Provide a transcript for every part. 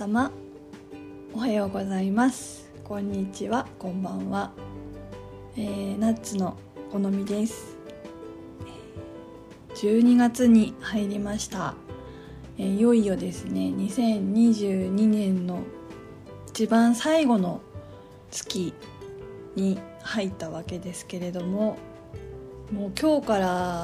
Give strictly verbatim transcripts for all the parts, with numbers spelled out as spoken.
様、おはようございます。こんにちは、こんばんは。えー、ナッツのおのみです。じゅうにがつに入りました。えー、いよいよですね、にせんにじゅうにねんの一番最後の月に入ったわけですけれども、もう今日から、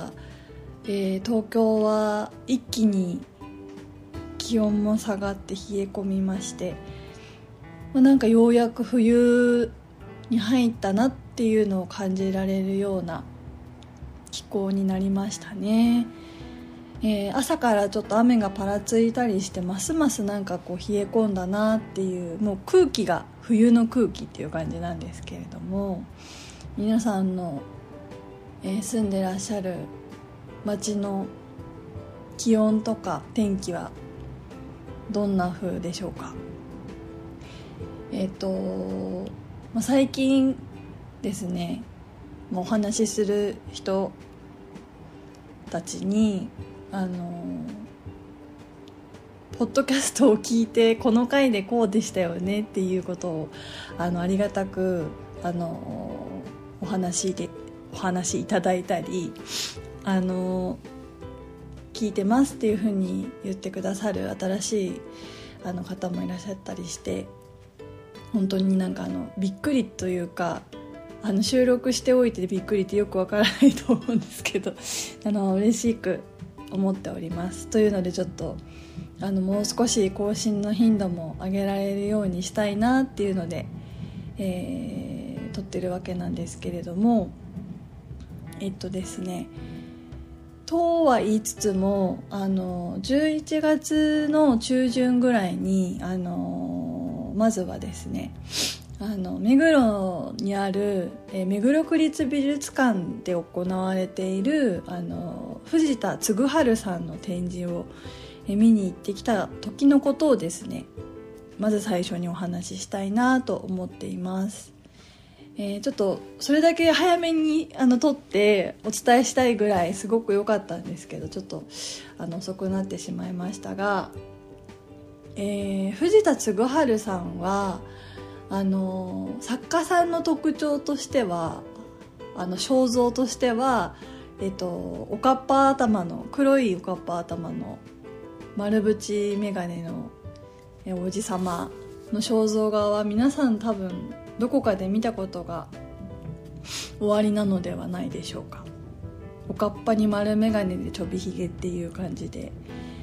えー、東京は一気に気温も下がって冷え込みまして、まあ、なんかようやく冬に入ったなっていうのを感じられるような気候になりましたね。えー、朝からちょっと雨がパラついたりして、ますますなんかこう冷え込んだなっていう、もう空気が冬の空気っていう感じなんですけれども、皆さんの、えー、住んでらっしゃる街の気温とか天気はどんな風でしょうか。えっと、まあ、最近ですね、お話しする人たちにあのポッドキャストを聞いて、この回でこうでしたよねっていうことをあのありがたくあのお話でお話いただいたり、あの聞いてますっていう風に言ってくださる新しいあの方もいらっしゃったりして、本当になんかあのびっくりというか、あの収録しておいてびっくりってよくわからないと思うんですけど、あの嬉しく思っております。というのでちょっとあのもう少し更新の頻度も上げられるようにしたいなっていうので、えー、撮ってるわけなんですけれども、えっとですねとは言いつつも、あのじゅういちがつの中旬ぐらいにあのまずはですね、あの目黒にある、えー、目黒区立美術館で行われているあの藤田嗣治さんの展示を、えー、見に行ってきた時のことをですね、まず最初にお話ししたいなと思っています。えー、ちょっとそれだけ早めにあの撮ってお伝えしたいぐらいすごく良かったんですけど、ちょっとあの遅くなってしまいましたが、えー、藤田嗣治さんはあの作家さんの特徴としては、あの肖像としては、えっと、おかっぱ頭の黒いおかっぱ頭の丸縁眼鏡のえおじさまの肖像画は皆さん多分どこかで見たことが終わりなのではないでしょうか。おかっぱに丸眼鏡でちょびひげっていう感じで、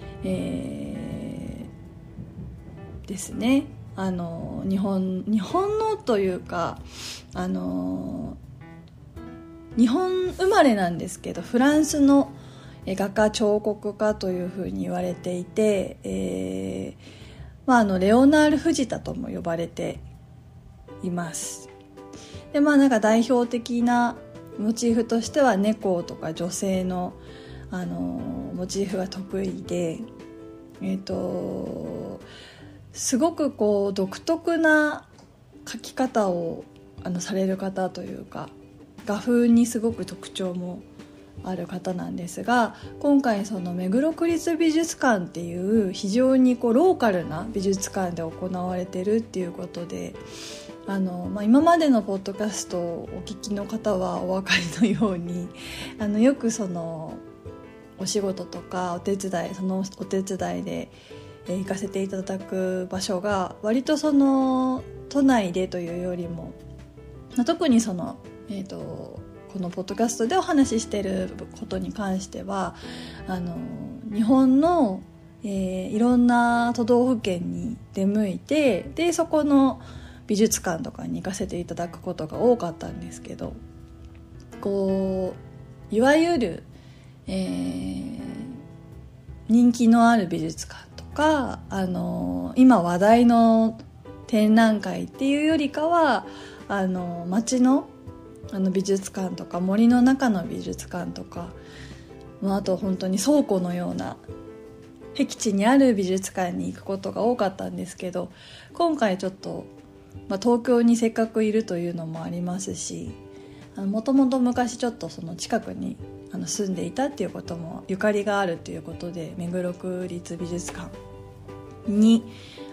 えー、ですね、あの日本日本のというか、あの日本生まれなんですけど、フランスの画家彫刻家というふうに言われていて、えーまあ、あのレオナール・フジタとも呼ばれています。で、まあ、なんか代表的なモチーフとしては猫とか女性の、あのモチーフが得意で、えーとすごくこう独特な描き方をあのされる方というか、画風にすごく特徴もある方なんですが、今回その目黒区立美術館っていう非常にこうローカルな美術館で行われてるっていうことで、あの、まあ、今までのポッドキャストをお聞きの方はお分かりのように、あのよくそのお仕事とかお手伝いそのお手伝いでえー、行かせていただく場所が割とその都内でというよりも、特にその、えーと、このポッドキャストでお話ししていることに関しては、あの日本の、えー、いろんな都道府県に出向いて、でそこの美術館とかに行かせていただくことが多かったんですけど、こういわゆる、えー、人気のある美術館とか、あの今話題の展覧会っていうよりかは、あの街の、あの美術館とか森の中の美術館とか、あと本当に倉庫のような僻地にある美術館に行くことが多かったんですけど、今回ちょっと、まあ、東京にせっかくいるというのもありますし、もともと昔ちょっとその近くにあの住んでいたっていうこともゆかりがあるということで、目黒区立美術館に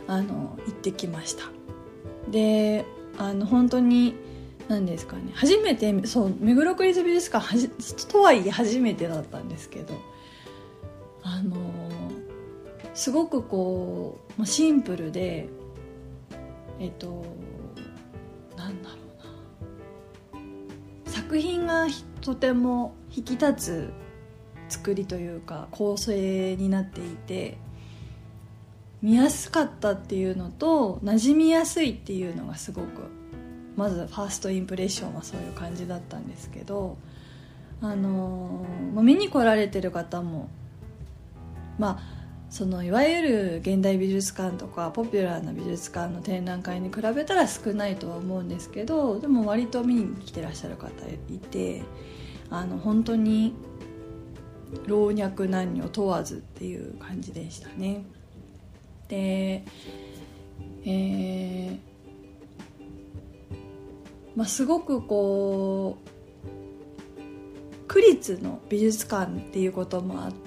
あの行ってきました。であの本当に何ですかね、初めてそう目黒区立美術館はじとはいえ初めてだったんですけど、あのすごくこう、まあ、シンプルでえっとなんだろうな、作品がとても引き立つ作りというか構成になっていて、見やすかったっていうのと馴染みやすいっていうのがすごく、まずファーストインプレッションはそういう感じだったんですけど、あのー、見に来られてる方もまあそのいわゆる現代美術館とかポピュラーな美術館の展覧会に比べたら少ないとは思うんですけど、でも割と見に来てらっしゃる方いて、あの本当に老若男女問わずっていう感じでしたね。で、えーまあ、すごくこう区立の美術館っていうこともあって、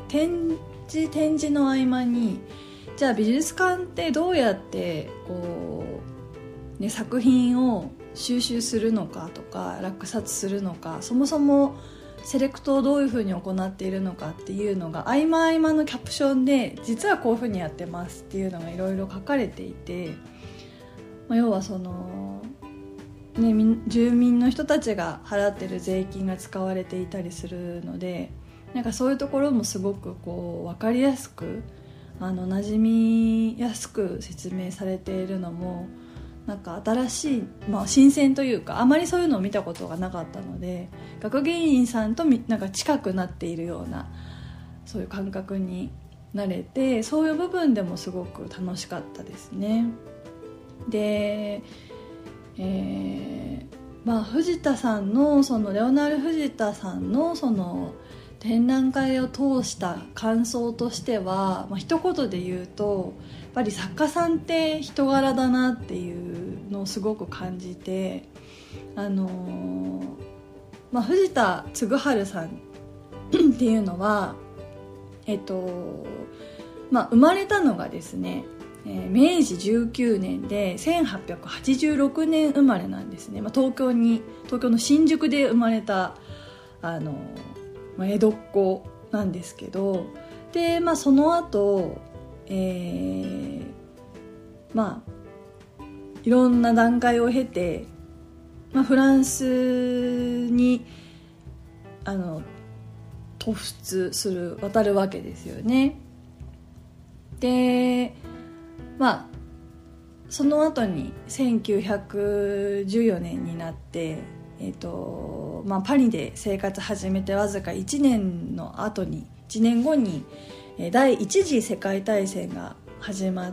展示展示の合間にじゃあ美術館ってどうやってこう、ね、作品を収集するのかとか落札するのか、そもそもセレクトをどういうふうに行っているのかっていうのが合間合間のキャプションで実はこういうふうにやってますっていうのがいろいろ書かれていて、まあ、要はその、ね、住民の人たちが払ってる税金が使われていたりするので、なんかそういうところもすごくこう分かりやすくあの馴染みやすく説明されているのもなんか新しい、まあ、新鮮というか、あまりそういうのを見たことがなかったので、学芸員さんとなんか近くなっているようなそういう感覚になれて、そういう部分でもすごく楽しかったですね。で、えーまあ、藤田さんのそのレオナル・藤田さんのその展覧会を通した感想としては、まあ、一言で言うとやっぱり作家さんって人柄だなっていうのをすごく感じて、あのーまあ、藤田嗣治さんっていうのは、えっとまあ、生まれたのがですね、えー、めいじじゅうきゅうねんでせんはっぴゃくはちじゅうろくねん生まれなんですね。まあ、東京に東京の新宿で生まれたあのーまあ、江戸っ子なんですけど、で、まあ、その後、えー、まあいろんな段階を経て、まあ、フランスにあの渡出する渡るわけですよね。で、まあその後にせんきゅうひゃくじゅうよねんになってえーとまあ、パリで生活始めてわずかいちねんの後にいちねんごに第一次世界大戦が始まって、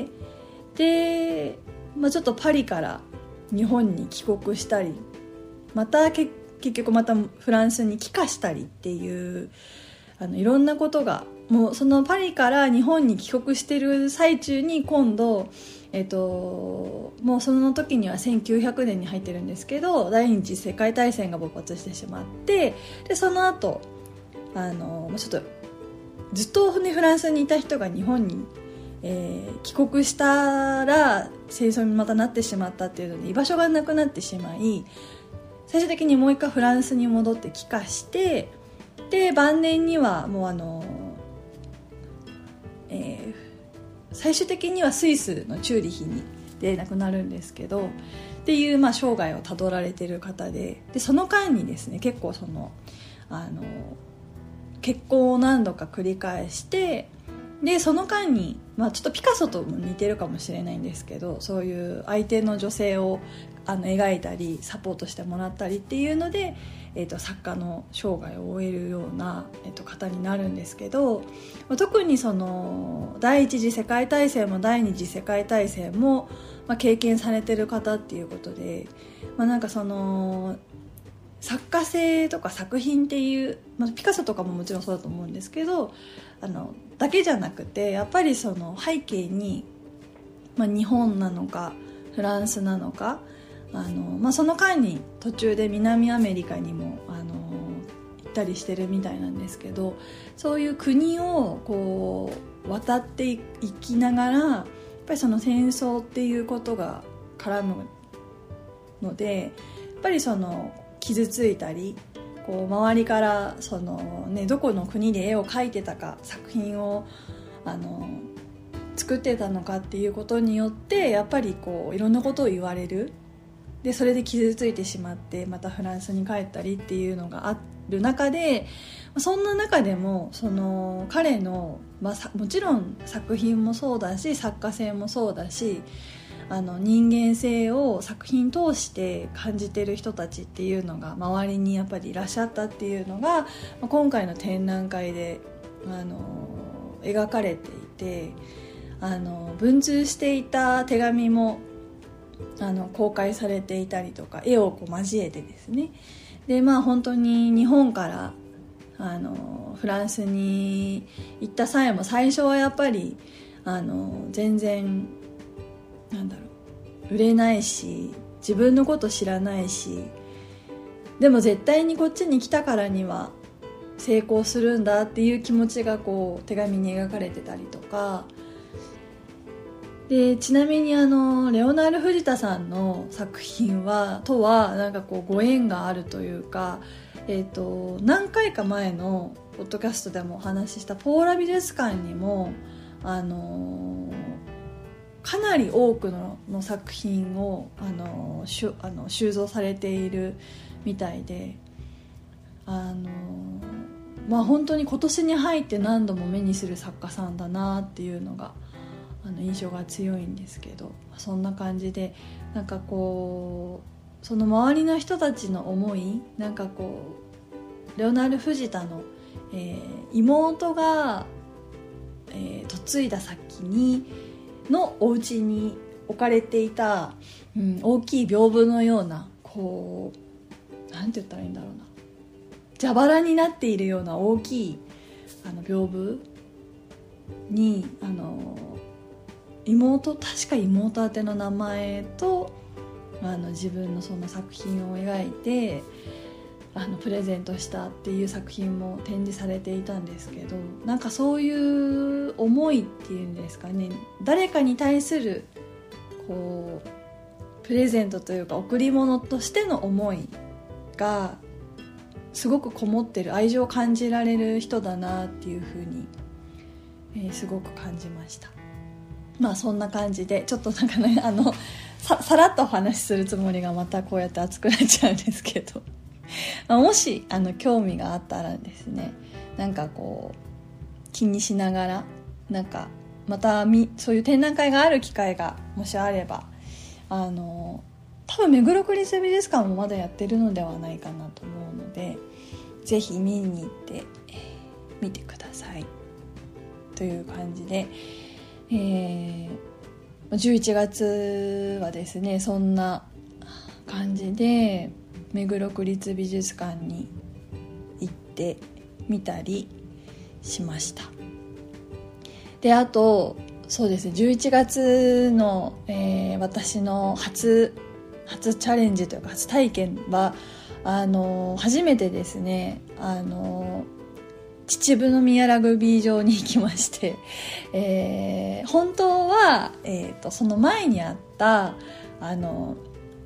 で、まあ、ちょっとパリから日本に帰国したり、また結局またフランスに帰化したりっていうあのいろんなことが、もうそのパリから日本に帰国してる最中に今度えっと、もうその時にはせんきゅうひゃくねんに入ってるんですけど、第二次世界大戦が勃発してしまって、でその後あのちょっとずっと、ね、フランスにいた人が日本に、えー、帰国したら戦争にまたなってしまったっていうので居場所がなくなってしまい、最終的にもう一回フランスに戻って帰化して、で晩年にはもうあの、えー最終的にはスイスのチューリヒにで亡くなるんですけどっていう、まあ、生涯をたどられている方 で, でその間にですね結構そのあの結婚を何度か繰り返して、でその間に、まあ、ちょっとピカソとも似てるかもしれないんですけど、そういう相手の女性をあの描いたりサポートしてもらったりっていうので、えーと、作家の生涯を終えるような、えーと、方になるんですけど、特にその第一次世界大戦も第二次世界大戦も、まあ、経験されてる方っていうことで、まあ、なんかその作家性とか作品っていう、まあ、ピカソとかももちろんそうだと思うんですけど、あのだけじゃなくてやっぱりその背景に、まあ、日本なのかフランスなのか、あの、まあ、その間に途中で南アメリカにもあの行ったりしてるみたいなんですけど、そういう国をこう渡っていきながらぱりその戦争っていうことが絡むので、やっぱりその傷ついたりこう周りからその、ね、どこの国で絵を描いてたか作品をあの作ってたのかっていうことによってやっぱりこういろんなことを言われる。でそれで傷ついてしまってまたフランスに帰ったりっていうのがある中で、そんな中でもその彼の、まあ、もちろん作品もそうだし作家性もそうだし、あの人間性を作品通して感じてる人たちっていうのが周りにやっぱりいらっしゃったっていうのが今回の展覧会であの描かれていて、あの文通していた手紙もあの公開されていたりとか、絵をこう交えてですね、でまあ本当に日本からあのフランスに行った際も最初はやっぱりあの全然なんだろう売れないし自分のこと知らないし、でも絶対にこっちに来たからには成功するんだっていう気持ちがこう手紙に描かれてたりとかで、ちなみにあのレオナール・藤田さんの作品はとはなんかこうご縁があるというか、えーと、何回か前のポッドキャストでもお話ししたポーラ美術館にもあのかなり多く の, の作品をあのしゅあの収蔵されているみたいで、あのまあ本当に今年に入って何度も目にする作家さんだなっていうのがあの印象が強いんですけど、そんな感じでなんかこうその周りの人たちの思い、なんかこうレオナルド・藤田の、えー、妹が、えー、嫁いだ先にのお家に置かれていた、うん、大きい屏風のようなこうなんて言ったらいいんだろうな、蛇腹になっているような大きいあの屏風にあの妹確か妹宛ての名前とあの自分のその作品を描いてあのプレゼントしたっていう作品も展示されていたんですけど、なんかそういう思いっていうんですかね、誰かに対するこうプレゼントというか贈り物としての思いがすごくこもってる、愛情を感じられる人だなっていうふうに、えー、すごく感じました。まあそんな感じでちょっとなんかねあの さ, さらっとお話しするつもりがまたこうやって熱くなっちゃうんですけどまあもしあの興味があったらですね、なんかこう気にしながらなんかまたみそういう展覧会がある機会がもしあれば、あの多分目黒区立美術館もまだやってるのではないかなと思うので、ぜひ見に行って、えー、見てくださいという感じで、えー、じゅういちがつはですねそんな感じで目黒区立美術館に行ってみたりしました。であとそうですねじゅういちがつの、えー、私の初初チャレンジというか初体験はあの初めてですねあの秩父宮ラグビー場に行きまして、えー、本当は、えーと、その前にあったあの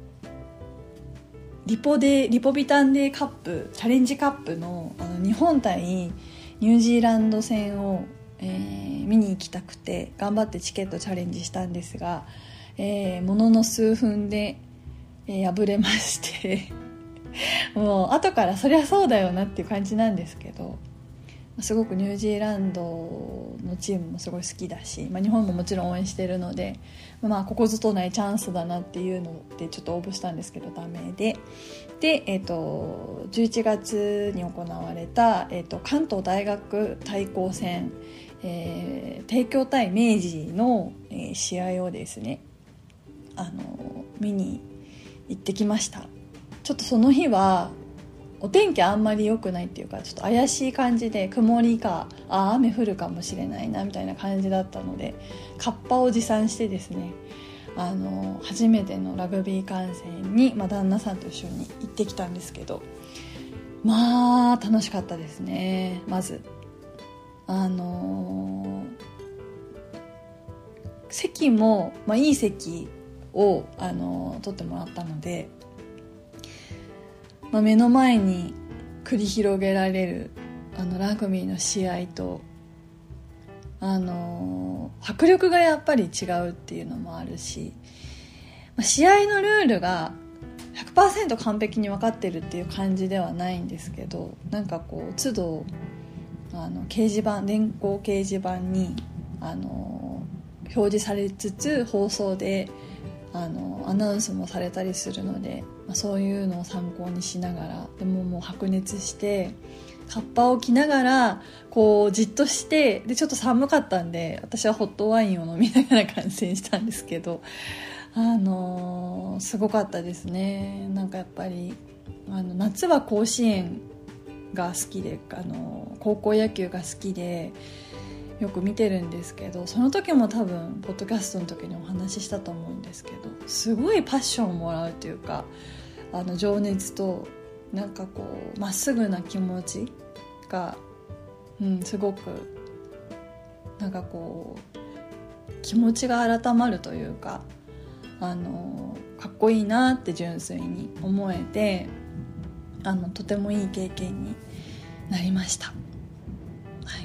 リポデリポビタンデーカップチャレンジカップ の, あの日本対ニュージーランド戦を、えー、見に行きたくて頑張ってチケットチャレンジしたんですが、えー、ものの数分で、えー、敗れましてもう後からそりゃそうだよなっていう感じなんですけど、すごくニュージーランドのチームもすごい好きだし、まあ、日本ももちろん応援してるので、まあ、ここぞとないチャンスだなっていうのでちょっと応募したんですけどダメでで、えー、とじゅういちがつに行われた、えー、と関東大学対抗戦、えー、帝京対明治の、えー、試合をですねあの見に行ってきました。ちょっとその日はお天気あんまり良くないっていうかちょっと怪しい感じで曇りかあ雨降るかもしれないなみたいな感じだったのでカッパを持参してですねあの初めてのラグビー観戦に、まあ、旦那さんと一緒に行ってきたんですけど、まあ楽しかったですね。まずあの席も、まあ、いい席をあの取ってもらったので、まあ、目の前に繰り広げられるあのラグビーの試合と、あの迫力がやっぱり違うっていうのもあるし、まあ、試合のルールが ひゃくパーセント 完璧に分かってるっていう感じではないんですけど、なんかこう都度あの掲示板電光掲示板にあの表示されつつ放送であのアナウンスもされたりするので、まあ、そういうのを参考にしながら、でももう白熱してカッパを着ながらこうじっとして、でちょっと寒かったんで私はホットワインを飲みながら観戦したんですけど、あのー、すごかったですね。なんかやっぱりあの夏は甲子園が好きで、あの高校野球が好きでよく見てるんですけど、その時も多分ポッドキャストの時にお話ししたと思うんですけど、すごいパッションをもらうというか、あの情熱となんかこうまっすぐな気持ちが、うん、すごくなんかこう気持ちが改まるというか、あのかっこいいなって純粋に思えて、あのとてもいい経験になりました。はい、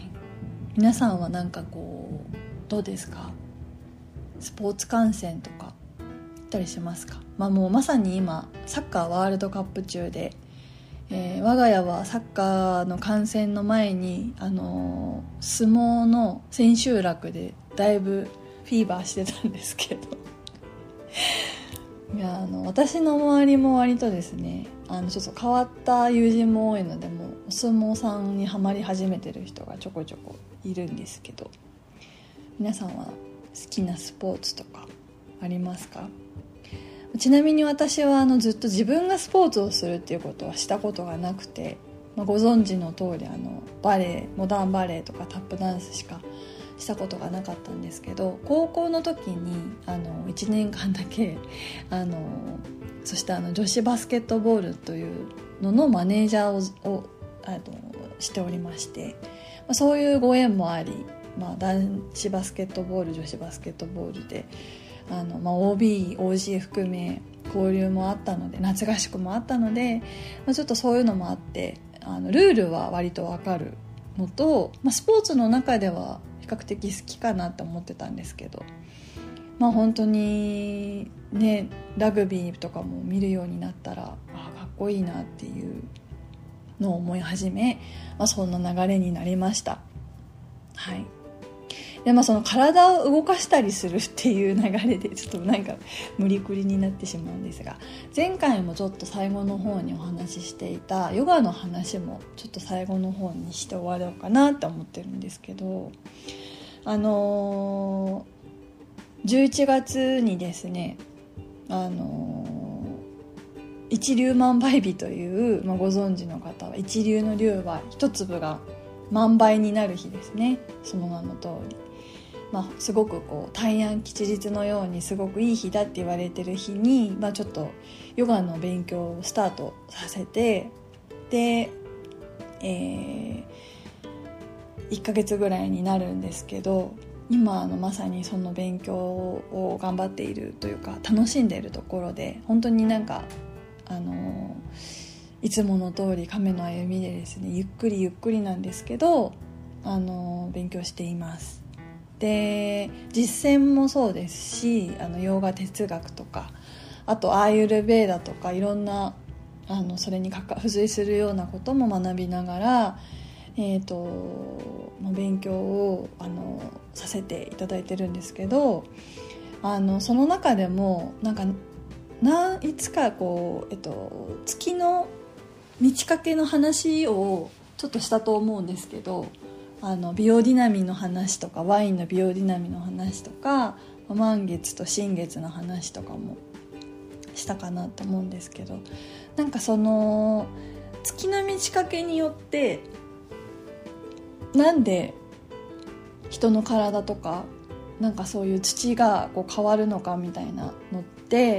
皆さんはなんかこうどうですか？スポーツ観戦とか行ったりしますか？まあ、もうまさに今サッカーワールドカップ中で、えー、我が家はサッカーの観戦の前に、あのー、相撲の千秋楽でだいぶフィーバーしてたんですけどいや、あの私の周りも割とですね、あのちょっと変わった友人も多いので、もうお相撲さんにはまり始めてる人がちょこちょこいるんですけど、皆さんは好きなスポーツとかありますか？ちなみに私はあのずっと自分がスポーツをするっていうことはしたことがなくて、まあ、ご存知の通りあのバレエ、モダンバレエとかタップダンスしかしたことがなかったんですけど、高校の時にあのいちねんかんだけあのそしてあの女子バスケットボールというののマネージャーををあのしておりまして、まあ、そういうご縁もあり、まあ、男子バスケットボール女子バスケットボールであの、まあ、オービー、オージー 含め交流もあったので、夏合宿もあったので、まあ、ちょっとそういうのもあって、あのルールは割と分かるのと、まあ、スポーツの中では比較的好きかなと思ってたんですけど、まあ、本当にね、ラグビーとかも見るようになったら、あかっこいいなっていうのを思い始め、まあ、そんな流れになりました。はい。で、まあ、その体を動かしたりするっていう流れでちょっとなんか無理くりになってしまうんですが、前回もちょっと最後の方にお話ししていたヨガの話もちょっと最後の方にして終わろうかなって思ってるんですけど、あのー、じゅういちがつにですね、あのー、一粒万倍日という、まあ、ご存知の方は一粒の粒は一粒が万倍になる日ですね。その名の通り、まあ、すごくこう大安吉日のようにすごくいい日だって言われてる日に、まあ、ちょっとヨガの勉強をスタートさせて、で、えー、いっかげつぐらいになるんですけど、今あのまさにその勉強を頑張っているというか楽しんでいるところで、本当になんかあのいつもの通り亀の歩みでですね、ゆっくりゆっくりなんですけど、あの勉強しています。で、実践もそうですし、あのヨガ哲学とか、あとアーユルヴェーダとかいろんなあのそれに付随するようなことも学びながら、えーと、勉強をあのさせていただいてるんですけど、あのその中でもなんかないつかこう、えっと、月の満ち欠けの話をちょっとしたと思うんですけど、あのビオディナミの話とかワインのビオディナミの話とか満月と新月の話とかもしたかなと思うんですけど、なんかその月の満ち欠けによってなんで人の体とかなんかそういう土がこう変わるのかみたいなのって、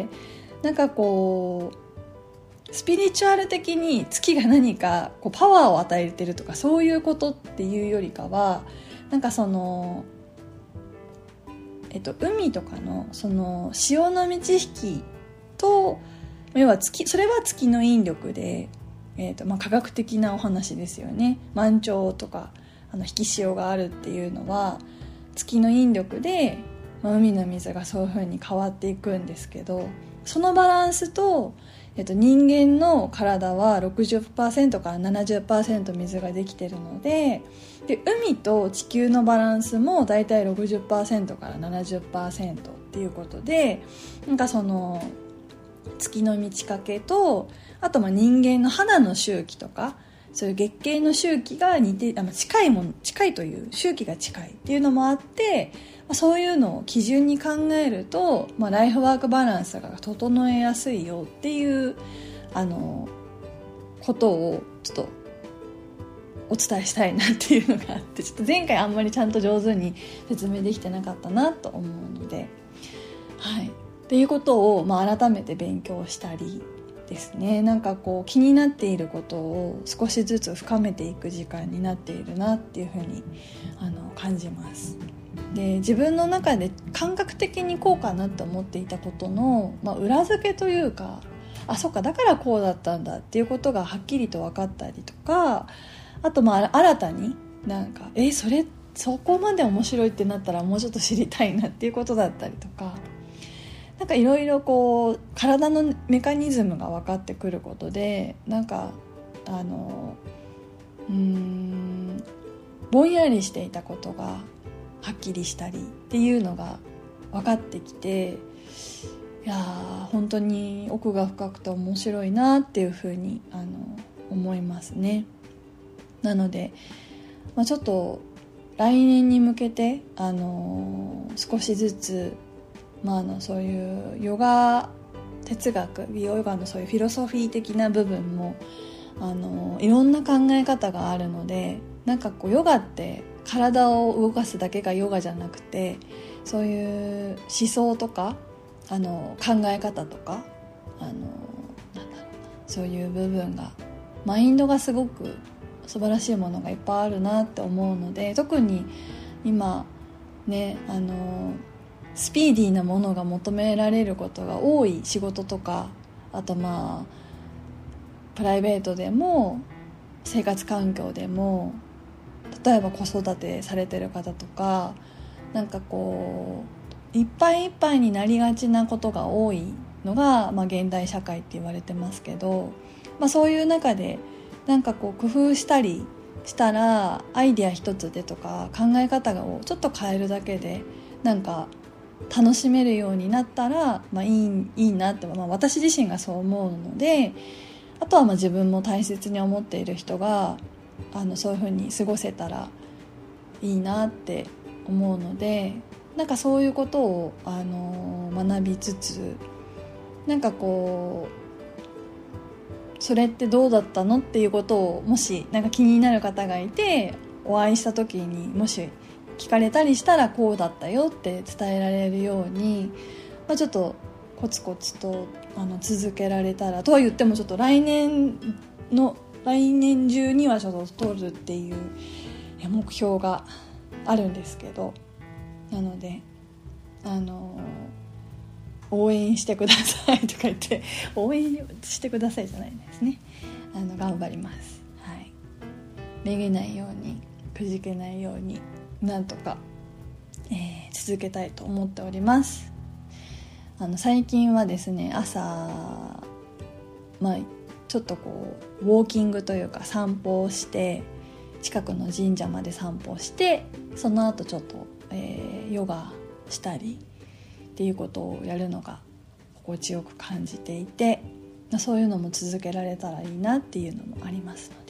なんかこうスピリチュアル的に月が何かこうパワーを与えてるとかそういうことっていうよりかは、なんかその、ええっと、海とかのその潮の満ち引きと、要は月、それは月の引力で、えっとまあ、科学的なお話ですよね。満潮とかあの引き潮があるっていうのは月の引力で、まあ、海の水がそういう風に変わっていくんですけど、そのバランスと、えっと、人間の体は ろくじゅっパーセント から ななじゅっパーセント 水ができてるので、で海と地球のバランスもだいたい ろくじゅっパーセント から ななじゅっパーセント っていうことで、なんかその月の満ち欠けと、あとまあ人間の肌の周期とかそういう月経の周期が似て、あの近いもの近いという周期が近いっていうのもあって、まあ、そういうのを基準に考えると、まあ、ライフワークバランスが整えやすいよっていうあのことをちょっとお伝えしたいなっていうのがあって、ちょっと前回あんまりちゃんと上手に説明できてなかったなと思うので、はい、っていうことを、まあ、改めて勉強したりですね、なんかこう気になっていることを少しずつ深めていく時間になっているなっていうふうにあの感じます。で、自分の中で感覚的にこうかなと思っていたことの、まあ、裏付けというか、あ、そっか、だからこうだったんだっていうことがはっきりと分かったりとか、あとまあ新たになんかえそれそこまで面白いってなったらもうちょっと知りたいなっていうことだったりとか、なんかいろいろこう体のメカニズムが分かってくることで、なんかあのうーんぼんやりしていたことがはっきりしたりっていうのが分かってきて、いやー本当に奥が深くて面白いなっていうふうにあの思いますね。なので、まあ、ちょっと来年に向けて、あのー、少しずつ、まあ、あのそういうヨガ哲学、ヨガのそういうフィロソフィー的な部分も、あのー、いろんな考え方があるので、なんかこうヨガって体を動かすだけがヨガじゃなくて、そういう思想とかあの考え方とか、あのなんだろう、そういう部分がマインドがすごく素晴らしいものがいっぱいあるなって思うので、特に今ね、あのスピーディーなものが求められることが多い仕事とか、あとまあプライベートでも生活環境でも、例えば子育てされてる方とか、なんかこういっぱいいっぱいになりがちなことが多いのが、まあ、現代社会って言われてますけど、まあ、そういう中でなんかこう工夫したりしたら、アイデア一つでとか考え方をちょっと変えるだけでなんか楽しめるようになったら、まあ、いい、いいなって、まあ、私自身がそう思うので、あとはまあ自分も大切に思っている人があのそういう風に過ごせたらいいなって思うので、なんかそういうことをあの学びつつ、なんかこうそれってどうだったのっていうことを、もしなんか気になる方がいてお会いした時にもし聞かれたりしたら、こうだったよって伝えられるように、まあ、ちょっとコツコツとあの続けられたらとは言っても、ちょっと来年の来年中にはちょっと取るっていう目標があるんですけど、なのであの応援してくださいとか言って応援してくださいじゃないですね、あの頑張ります。はい、めげないようにくじけないようになんとか、えー、続けたいと思っております。あの最近はですね、朝、まあ、ちょっとこうウォーキングというか散歩をして、近くの神社まで散歩して、その後ちょっと、えー、ヨガしたりっていうことをやるのが心地よく感じていて、そういうのも続けられたらいいなっていうのもありますので、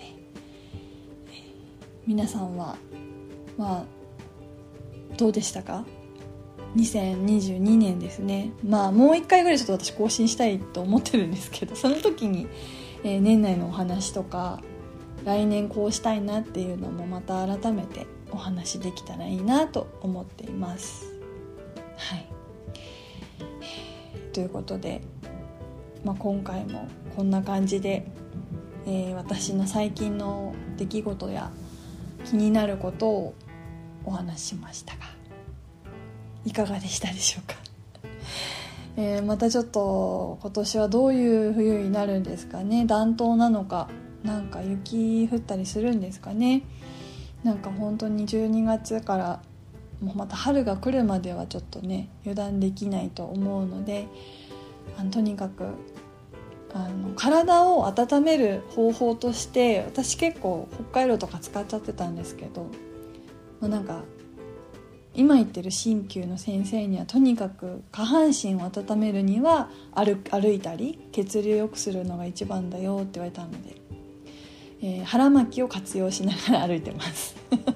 皆さんはまあどうでしたか？にせんにじゅうにねんですね。まあもう一回ぐらいちょっと私更新したいと思ってるんですけど、その時に、えー、年内のお話とか来年こうしたいなっていうのもまた改めてお話できたらいいなと思っています。はい、ということで、まあ、今回もこんな感じで、えー、私の最近の出来事や気になることをお話ししましたが、 いかがでしたでしょうか。えー、またちょっと今年はどういう冬になるんですかね。暖冬なのか、なんか雪降ったりするんですかね。なんか本当にじゅうにがつからもうまた春が来るまではちょっとね油断できないと思うので、あのとにかくあの体を温める方法として、私結構北海道とか使っちゃってたんですけど、まあ、なんか今言ってる鍼灸の先生にはとにかく下半身を温めるには 歩, 歩いたり血流を良くするのが一番だよって言われたので、えー、腹巻きを活用しながら歩いてます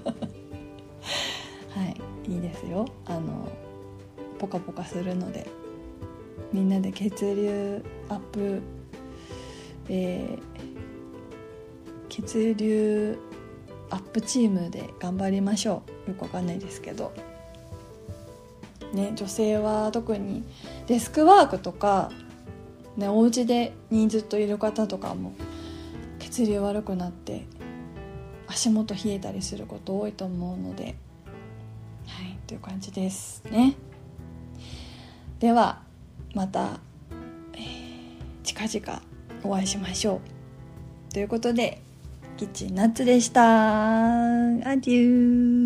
はいいいですよ。あのポカポカするので、みんなで血流アップ、えー、血流アップチームで頑張りましょう。よくわかんないですけどね、女性は特にデスクワークとか、ね、お家でにずっといる方とかも血流悪くなって足元冷えたりすること多いと思うので、はい、という感じですね。ではまた、えー、近々お会いしましょうということで、キッチンナッツでした。アデュー。